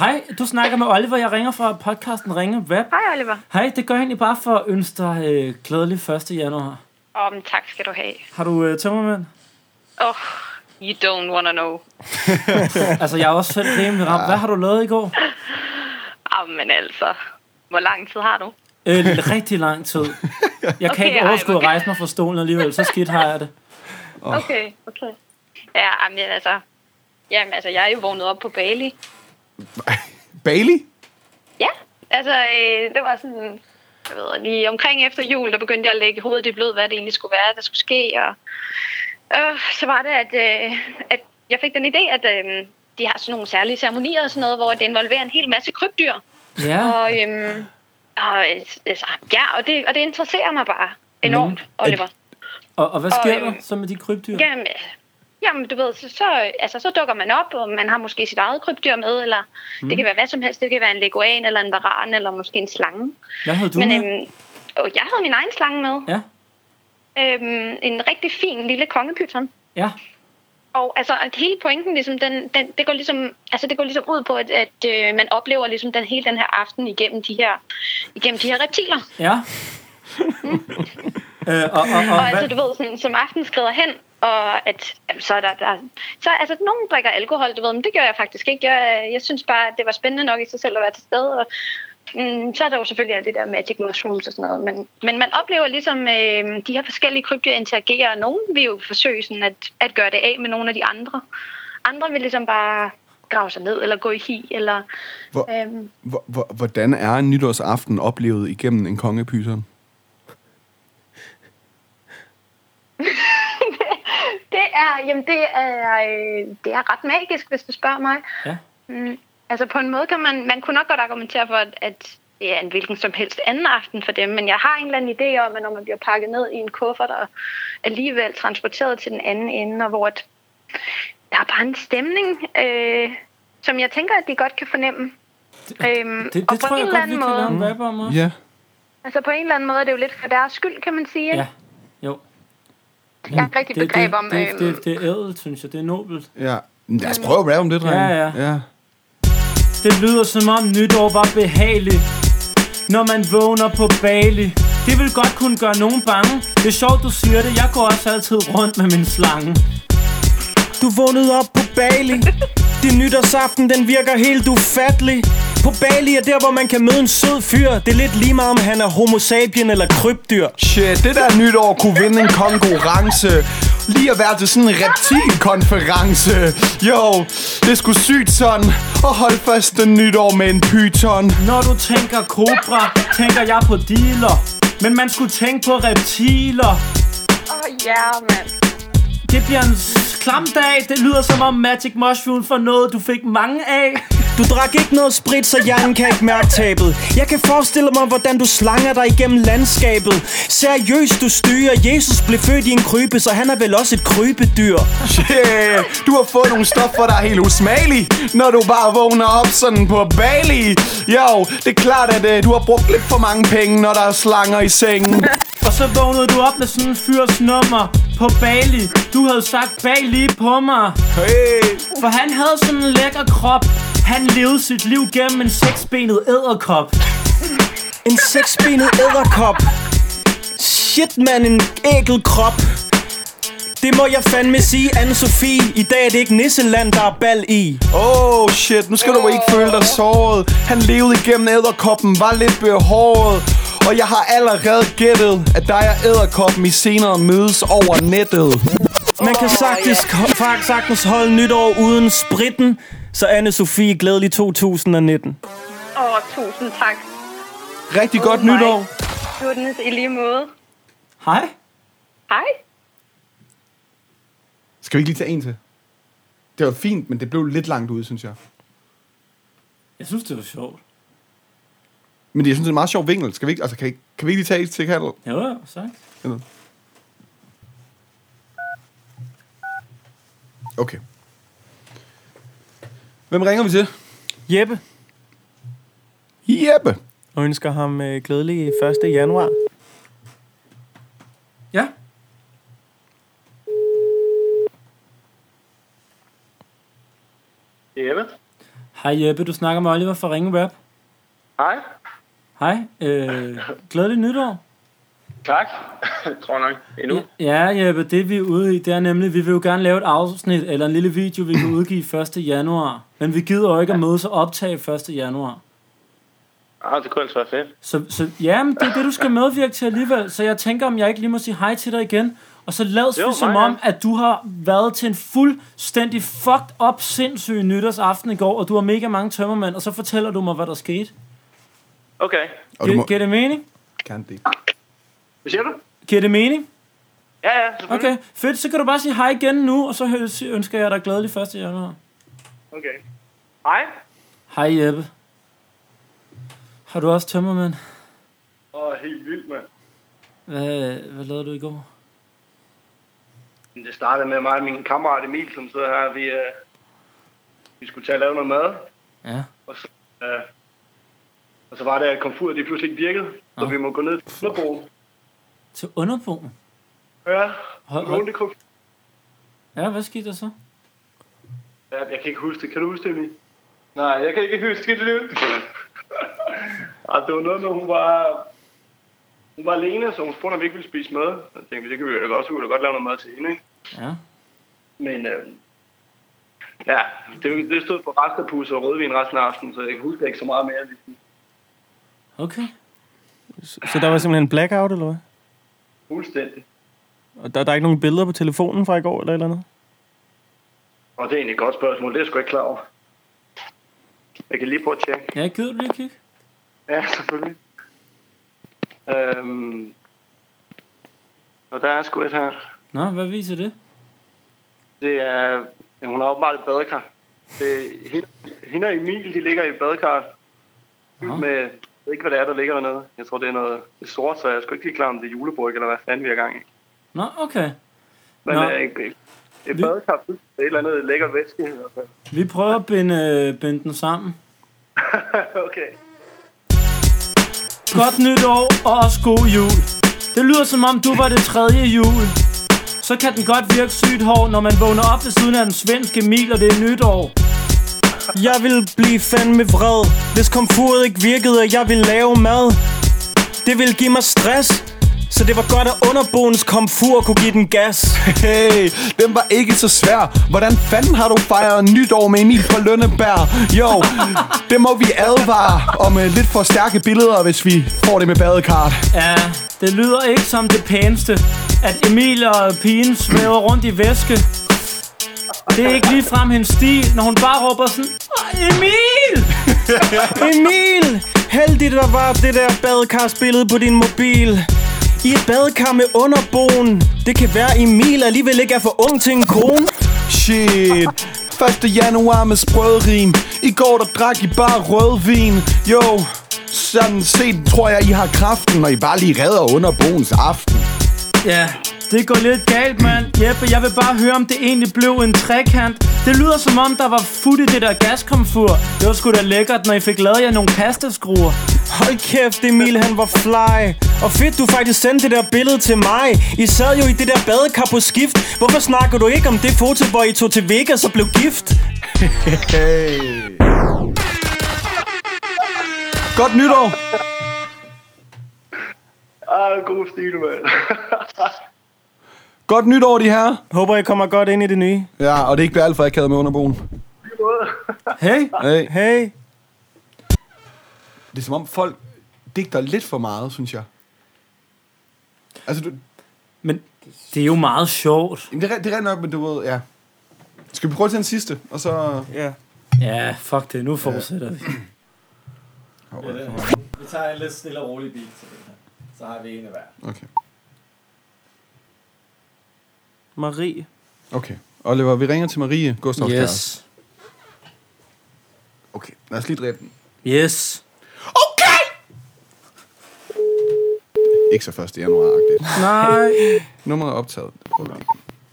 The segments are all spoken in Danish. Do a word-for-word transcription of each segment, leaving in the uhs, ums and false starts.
Hej, du snakker med Oliver. Jeg ringer fra podcasten Ringe Rap. Hej Oliver. Hej, det gør jeg egentlig bare for at ønske dig øh, glædelig første januar. Åh, oh, men tak skal du have. Har du øh, tømmermænd? Oh, you don't wanna know. Altså, jeg er også selv rimelig ramt. Hvad har du lavet i går? Ah, men altså, hvor lang tid har du? Øh, rigtig lang tid. Jeg kan okay, ikke overskue okay. at rejse mig fra stolen alligevel, så skidt har jeg det. Oh. Okay, okay. Ja, men altså, jamen, altså, jeg er jo vågnet op på Bali. Bali? Ja, altså, øh, det var sådan, jeg ved lige omkring efter jul, der begyndte jeg at lægge hovedet i blød, hvad det egentlig skulle være, der skulle ske, og øh, så var det, at, øh, at jeg fik den idé, at øh, de har sådan nogle særlige ceremonier og sådan noget, hvor det involverer en hel masse krybdyr. Ja. Og, øhm, og, altså, ja, og det, og det interesserer mig bare enormt, mm. Oliver. Og, og hvad sker og, der så med de krybdyr? Jamen, jamen, du ved, så, så, altså, så dukker man op, og man har måske sit eget krybdyr med, eller mm. det kan være hvad som helst. Det kan være en leguan, eller en varan, eller måske en slange. Hvad havde du Men, med? Øhm, og jeg havde min egen slange med. Ja. Øhm, en rigtig fin lille kongepyton. Ja. Og altså, at hele pointen, ligesom, den, den, det, går ligesom, altså, det går ligesom ud på, at, at øh, man oplever ligesom den, hele den her aften igennem de her, igennem de her reptiler. Ja. Mm. øh, og, og, og, og altså, du ved, sådan, som aften skrider hen, og at jamen, så er der, der så altså, nogen drikker alkohol, du ved, men det gør jeg faktisk ikke. Jeg, jeg synes bare, at det var spændende nok i sig selv at være til stede, og mm, så er der jo selvfølgelig alt det der magic mushrooms og sådan noget, men, men man oplever ligesom, øh, de her forskellige krybdyr interagerer, og nogen vil jo forsøge sådan at, at gøre det af med nogle af de andre. Andre vil ligesom bare grave sig ned, eller gå i hi, eller... Hvor, øhm, hvor, hvor, hvordan er en nytårsaften oplevet igennem en kongepyton? det er, jamen det er, øh, det er ret magisk, hvis du spørger mig. Ja. Mm, altså på en måde kan man, man kunne nok godt argumentere for, at, at det er en hvilken som helst anden aften for dem, men jeg har en eller anden idé om, at når man bliver pakket ned i en kuffert og alligevel transporteret til den anden ende, og hvor et, der er bare en stemning, øh, som jeg tænker, at de godt kan fornemme. Det, øhm, det, det tror jeg godt, vi kan lave en rap om også. Ja. Altså på en eller anden måde er det jo lidt for deres skyld, kan man sige. Ja, jo. Jeg har ikke rigtig det, begreb det, om... Det, øhm, det, det er ædelt, synes jeg. Det er nobelt. Ja. Lad os prøve at rappe om det, drenge. Ja, ja. ja. Det lyder som om nytår var behageligt, når man vågner på Bali. Det vil godt kunne gøre nogen bange. Det er sjovt, du siger det. Jeg går også altid rundt med min slange. Du vågnede op på Bali. Din nytårsaften, den virker helt ufattelig. På Bali er der, hvor man kan møde en sød fyr. Det er lidt lige meget, om han er homo sapien eller krybdyr. Shit, det der nytår kunne vinde en konkurrence. Lige at være til sådan en reptilkonference. Jo, det er sgu sygt sådan. Og hold fast den nytår med en pyton. Når du tænker kobra, tænker jeg på dealer. Men man skulle tænke på reptiler. Åh oh, ja, mand. Det bliver en klam dag. Det lyder som om Magic Mushroom for noget, du fik mange af. Du drak ikke noget sprit, så hjernen kan ikke mærke tabet. Jeg kan forestille mig, hvordan du slanger dig igennem landskabet. Seriøst, du styrer. Jesus blev født i en krybe, så han er vel også et krybedyr. Shit, du har fået nogle stoffer, der er helt usmagelige, når du bare vågner op sådan på Bali. Jo, det er klart, at uh, du har brugt lidt for mange penge, når der er slanger i sengen. Og så vågnede du op med sådan en fyrs nummer på Bali. Du havde sagt Bali på mig. Hey. For han havde sådan en lækker krop. Han levede sit liv gennem en seksbenet edderkop. En seksbenet edderkop. Shit, man, en ægel krop. Det må jeg fandme sige, Anne-Sophie. I dag er det ikke Nisseland, der er bal i. Oh shit, nu skal du ikke føle dig såret. Han levede igennem edderkoppen, var lidt behåret. Og jeg har allerede gættet, at dig og edderkoppen i senere mødes over nettet. Man kan sagtens, sagtens holde nytår uden spritten. Så Anne-Sophie, glædelig to tusind nitten. Åh, oh, tusind tak. Rigtig oh godt my nytår. Goodness, i lige måde. Hej. Hej. Skal vi ikke lige tage en til? Det var fint, men det blev lidt langt ude, synes jeg. Jeg synes, det var sjovt. Men jeg synes, det er en meget sjov vinkel. Skal vi ikke, altså, kan, vi, kan vi ikke lige tage et til, Kaldel? Jo, jo, sagt. Okay. Hvem ringer vi til? Jeppe. Jeppe. Og ønsker ham øh, glædelig første januar. Ja. Hej Jeppe, du snakker med Oliver fra Ringe Rap. Hej. Hej, øh, glædelig nytår. Tak. Tror nok. Endnu. Ja, Jeppe, det vi er ude i, det er nemlig, vi vil jo gerne lave et afsnit, eller en lille video, vi kan udgive første januar. Men vi gider jo ikke at mødes og optage første januar. Ah, det kunne altså være fedt. Så, så ja, men det er det, du skal medvirke til alligevel. Så jeg tænker, om jeg ikke lige må sige hej til dig igen. Og så lad Jo, vi som hej, om, at du har været til en fuldstændig fucked up, sindssyg nytårsaften i går, og du har mega mange tømmermænd, og så fortæller du mig, hvad der skete. Okay. Og du må... Gi- Giver det mening? Kan det. Hvad siger du? Giver det mening? Ja, ja, selvfølgelig. Okay, fedt. Så kan du bare sige hej igen nu, og så hø- ønsker jeg dig glædelig første januar. Okay. Hej. Hej Jeppe. Har du også tømmermænd? Åh, oh, helt vildt, mand. Hvad, hvad lavede du i går? Det startede med mig og min kammerat Emil, som sidder her. Vi, øh, vi skulle tage og lave noget mad. Ja. Og så, øh, og så var det, at komfuret de pludselig ikke virkede. Så Nå. vi må gå ned til underboen. Til underboen? Ja, Hold- nogen det kunne... Ja, hvad skete der så? Ja, jeg kan ikke huske det. Kan du huske det, Emil? Nej, jeg kan ikke huske det. Altså, det var noget, når hun var... Hun var alene, så hun spurgte, om vi ikke ville spise mad. Så jeg tænkte, det kan vi jo også ud og godt lave noget mad til hende, ikke? Ja. Men øh, ja, det, det stod på restapus og rødvin resten af aftenen, så jeg kan huske ikke så meget mere. Okay. Så, så der var simpelthen en blackout, eller hvad? Fuldstændig. Og der, der er ikke nogen billeder på telefonen fra i går, eller et eller andet? Og det er egentlig et godt spørgsmål, det er jeg sgu ikke klar over. Jeg kan lige prøve at tjekke. Ja, gider du lige kigge? Ja, selvfølgelig. Øhm, og der er sgu et her. Nå, hvad viser det? Det er... Ja, hun har åbenbart et badekar. Det er, hende, hende og Emil, de ligger i badekar. Nå. Med... Jeg ved ikke, hvad det er, der ligger dernede. Jeg tror, det er noget det er sort, så jeg er sgu ikke lige klar, om det er julebryg, eller hvad fanden vi er i gang i. Nå, okay. Men Nå. øh, et, et Vi- badekar, det er et eller andet lækkert væske. i hvert fald. Vi prøver at binde, binde den sammen. Okay. Godt nytår, og også god jul. Det lyder som om, du var det tredje jul. Så kan den godt virke sygt hård, når man vågner op ved siden af den svenske Emil, og det er nytår. Jeg ville blive fandme vred, hvis komfuret ikke virkede, og jeg ville lave mad. Det ville give mig stress, så det var godt, at underboens komfur kunne give den gas. Hey, den var ikke så svær. Hvordan fanden har du fejret nytår med Emil fra Lønneberg? Jo, det må vi advare om uh, lidt for stærke billeder, hvis vi får det med badekart. Ja, det lyder ikke som det pæneste, at Emil og pigen svæver rundt i væske. Det er ikke ligefrem hendes stil, når hun bare råber sådan, Emil! Emil! Heldigt, der var det der badekarspillede på din mobil. I et badekar med underboen. Det kan være, Emil alligevel ikke er for ung til en kone. Shit, første januar med sprødrim. I går der drak I bare rødvin. Jo, sådan set tror jeg I har kraften, når I bare lige redder underboens aften. Ja, det går lidt galt, mand. Jeppe, jeg vil bare høre, om det egentlig blev en trekant. Det lyder som om, der var fut i det der gaskomfur. Det var sgu da lækkert, når I fik lavet jer nogle pastaskruer. Hold kæft, Emil, han var fly. Og fedt, du faktisk sendte det der billede til mig. I sad jo i det der badekar på skift. Hvorfor snakker du ikke om det foto, hvor I tog til Vegas og blev gift? Hey. Godt nytår. Ah, god stil, mand. Godt nytår, de her. Håber, I kommer godt ind i det nye. Ja, og det ikke bliver alt for akavet med underboen. Hey, Hey. Hey. Det er som om folk digter lidt for meget, synes jeg. Altså, du, men det er jo meget sjovt. det, er, det er rent nok, men du ved, ja. Skal vi prøve til den sidste, og så... Ja. Ja, fuck det, nu fortsætter vi. Vi tager en lidt stille og rolig beat til det her. Så har vi en af hver. Okay. Marie. Okay. Oliver, vi ringer til Marie Gustavs kæreste. Yes. Okay, lad os lige dræbe den. Yes. Okay! Ikke så første januar-agtigt. Nej. Nummeret er optaget. Prøv lige.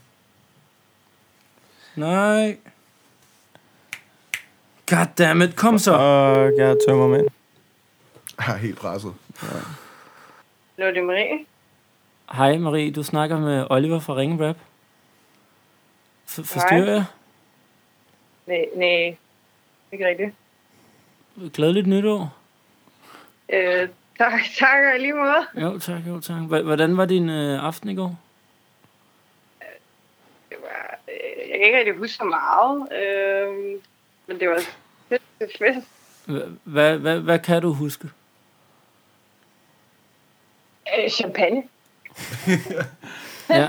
Nej. Goddammit, kom så. Og jeg tømmer med. Jeg er helt presset. Nå, det er Marie. Hej Marie, du snakker med Oliver fra Ringe Rap. For, forstyrrer jeg? Nej, nej. Ikke rigtigt. Glædeligt nytår. Øh, tak, tak og lige måde. Jo, tak, jo, tak. Hvordan var din øh, aften i går? Det var, øh, jeg kan ikke rigtig huske så meget, øh, men det var fedt, fedt. Hvad, hvad, hvad kan du huske? Øh, champagne. Ja.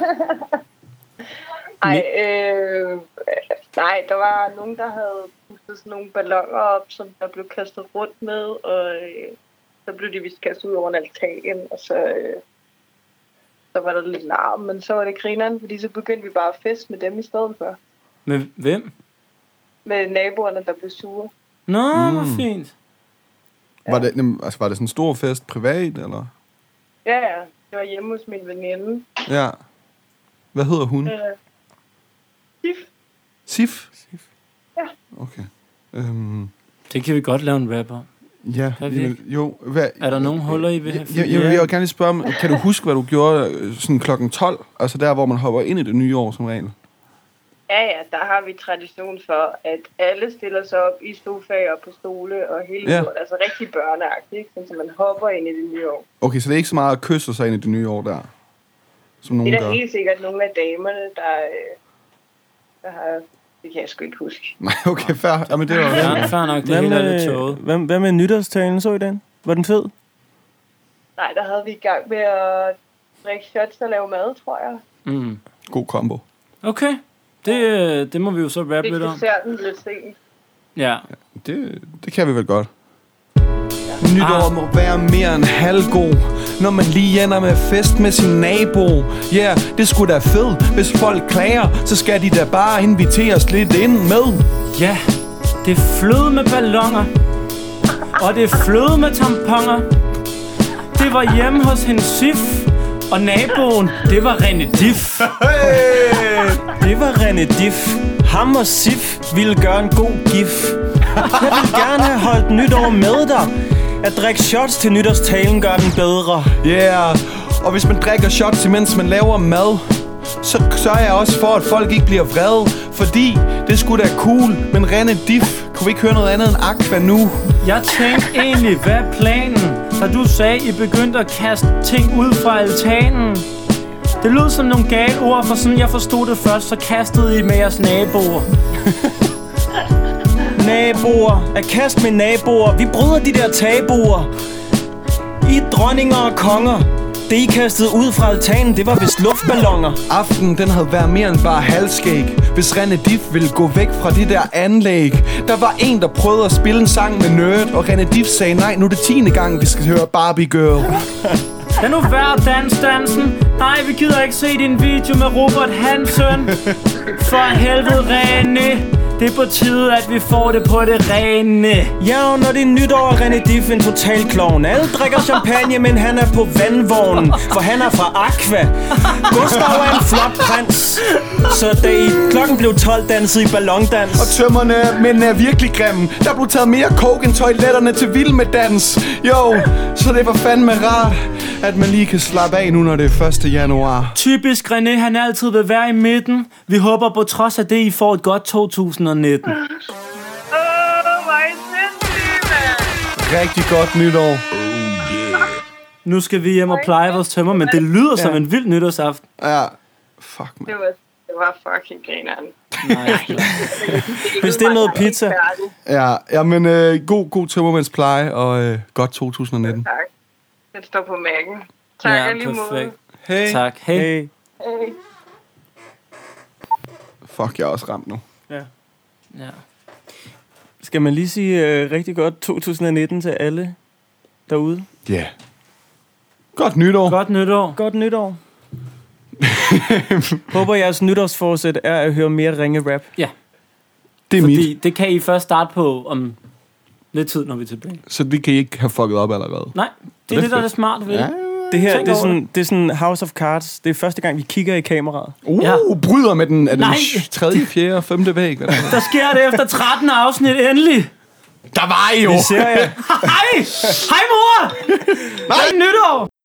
Ej, øh, nej, der var nogen, der havde pustet sådan nogle balloner op, som der blev kastet rundt med, og øh, så blev de vist kastet ud over en altan, og så, øh, så var der lidt larm, men så var det grineren, fordi så begyndte vi bare at feste med dem i stedet for. Med hvem? Med naboerne, der blev sure. Nå, mm. hvor fint. Var det, altså, var det sådan en stor fest privat, eller? Ja, ja. Det var hjemme hos min veninde. Ja. Hvad hedder hun? Øh, Sif. Sif? Sif. Ja. Okay. Øhm, det kan vi godt lave en rap om. Ja. Jamen, jo. Hvad, er der nogen huller i ved her? Jeg, jeg, jeg, jeg vil gerne lige spørge, kan du huske, hvad du gjorde sådan klokken tolv? Altså der, hvor man hopper ind i det nye år som regel. Ja, ja, der har vi tradition for, at alle stiller sig op i sofaer på stole og hele ja. Lort, altså rigtig børneagtigt, ikke? Så man hopper ind i det nye år. Okay, så det er ikke så meget at kysse sig ind i det nye år der, som nogen gør? Det er gør. da helt sikkert nogle af damerne, der, der har... Det kan jeg sgu ikke huske. Nej, okay, fair. Jamen, det var ja, fair nok, det hele er lidt tåget. Hvad, hvad med nytårstalen, så i den? Var den fed? Nej, der havde vi i gang med at drikke shots og lave mad, tror jeg. Mm. God kombo. Okay. Det, det må vi jo så rappe lidt om. Det ser den lidt sent. Ja. ja det, det kan vi vel godt. Ja. Nytår ah. må være mere end halvgod, når man lige ender med fest med sin nabo. Ja, yeah, det skulle da fedt. Hvis folk klager, så skal de da bare inviteres lidt ind med. Ja, det er fløde med balloner, og det er fløde med tamponer. Det var hjemme hos hendes Sif, og naboen, det var René Diff. Hey! Det var René Diff. Ham og Sif ville gøre en god gif. Jeg vil gerne have holdt nytår med dig. At drikke shots til nytårstalen gør den bedre. Yeah, og hvis man drikker shots, imens man laver mad, så sørger jeg også for, at folk ikke bliver vrede. Fordi det skulle da cool, men René Diff, kunne vi ikke høre noget andet end Aqua nu? Jeg tænkte egentlig, hvad er planen? Da du sagde, I begyndte at kaste ting ud fra altanen. Det lød som nogle gale ord, for sådan jeg forstod det først, så kastede I med jeres naboer. Naboer, at kaste med naboer. Vi bryder de der tabuer. I er dronninger og konger. Det I kastede ud fra altanen, det var vist luftballoner. Aftenen, den havde været mere end bare halvskæg. Hvis René Diff ville gå væk fra det der anlæg. Der var en, der prøvede at spille en sang med Nerd, og René Diff sagde nej, nu er det tiende gang, vi skal høre Barbie Girl. Lad nu være dans dansen. Nej, vi gider ikke se din video med Robert Hansen. For helvede, René. Det er på tide, at vi får det på det rene. Ja, og når det er nytår, er René Diff en total klovn. Alle drikker champagne, men han er på vandvognen. For han er fra Aqua. Gustav er en flot prins. Så da I klokken blev tolv, dansede I ballondans. Og tømmerne, men er virkelig grimme. Der blev taget mere coke end toiletterne til vild med dans. Jo, så det var fandme rart, at man lige kan slappe af nu, når det er første januar. Typisk René, han altid vil være i midten. Vi håber på trods af det, I får et godt to tusind og nitten. Åh, oh, hvor er sindssygt, mand. Rigtig godt nytår. Oh, yeah. Nu skal vi hjem og pleje vores tømmer, men det lyder ja. som en vild nytårsaften. Ja, fuck, man. Det var, det var fucking grineren. Nej, bestil noget pizza. Ja, ja men øh, god, god tømmermandspleje og øh, godt to tusind og nitten. Tak. Den står på mærken. Tak ja, lige måde. Hey. Tak, hey. hey. Hey. Fuck, jeg er også ramt nu. Ja. Ja. Skal man lige sige uh, rigtig godt to tusind og nitten til alle derude? Ja. Yeah. Godt nytår. Godt nytår. Godt nytår. Håber jeres nytårsforsæt er at høre mere ringe rap. Ja. Det er Fordi mit. det kan I først starte på om lidt tid, når vi er tilbage. Så det kan I ikke have fucket op allerede? Nej, det er det, det der er det smarte ved det. Ja. Det her, det er, sådan, det er sådan House of Cards. Det er første gang, vi kigger i kameraet. Uh, ja. Bryder med den, er den tredje, fjerde, femte væg. Der sker det efter tretten afsnit, endelig. Der var I jo. Vi ser jer. Hej! Hej, mor! Hej, nytår!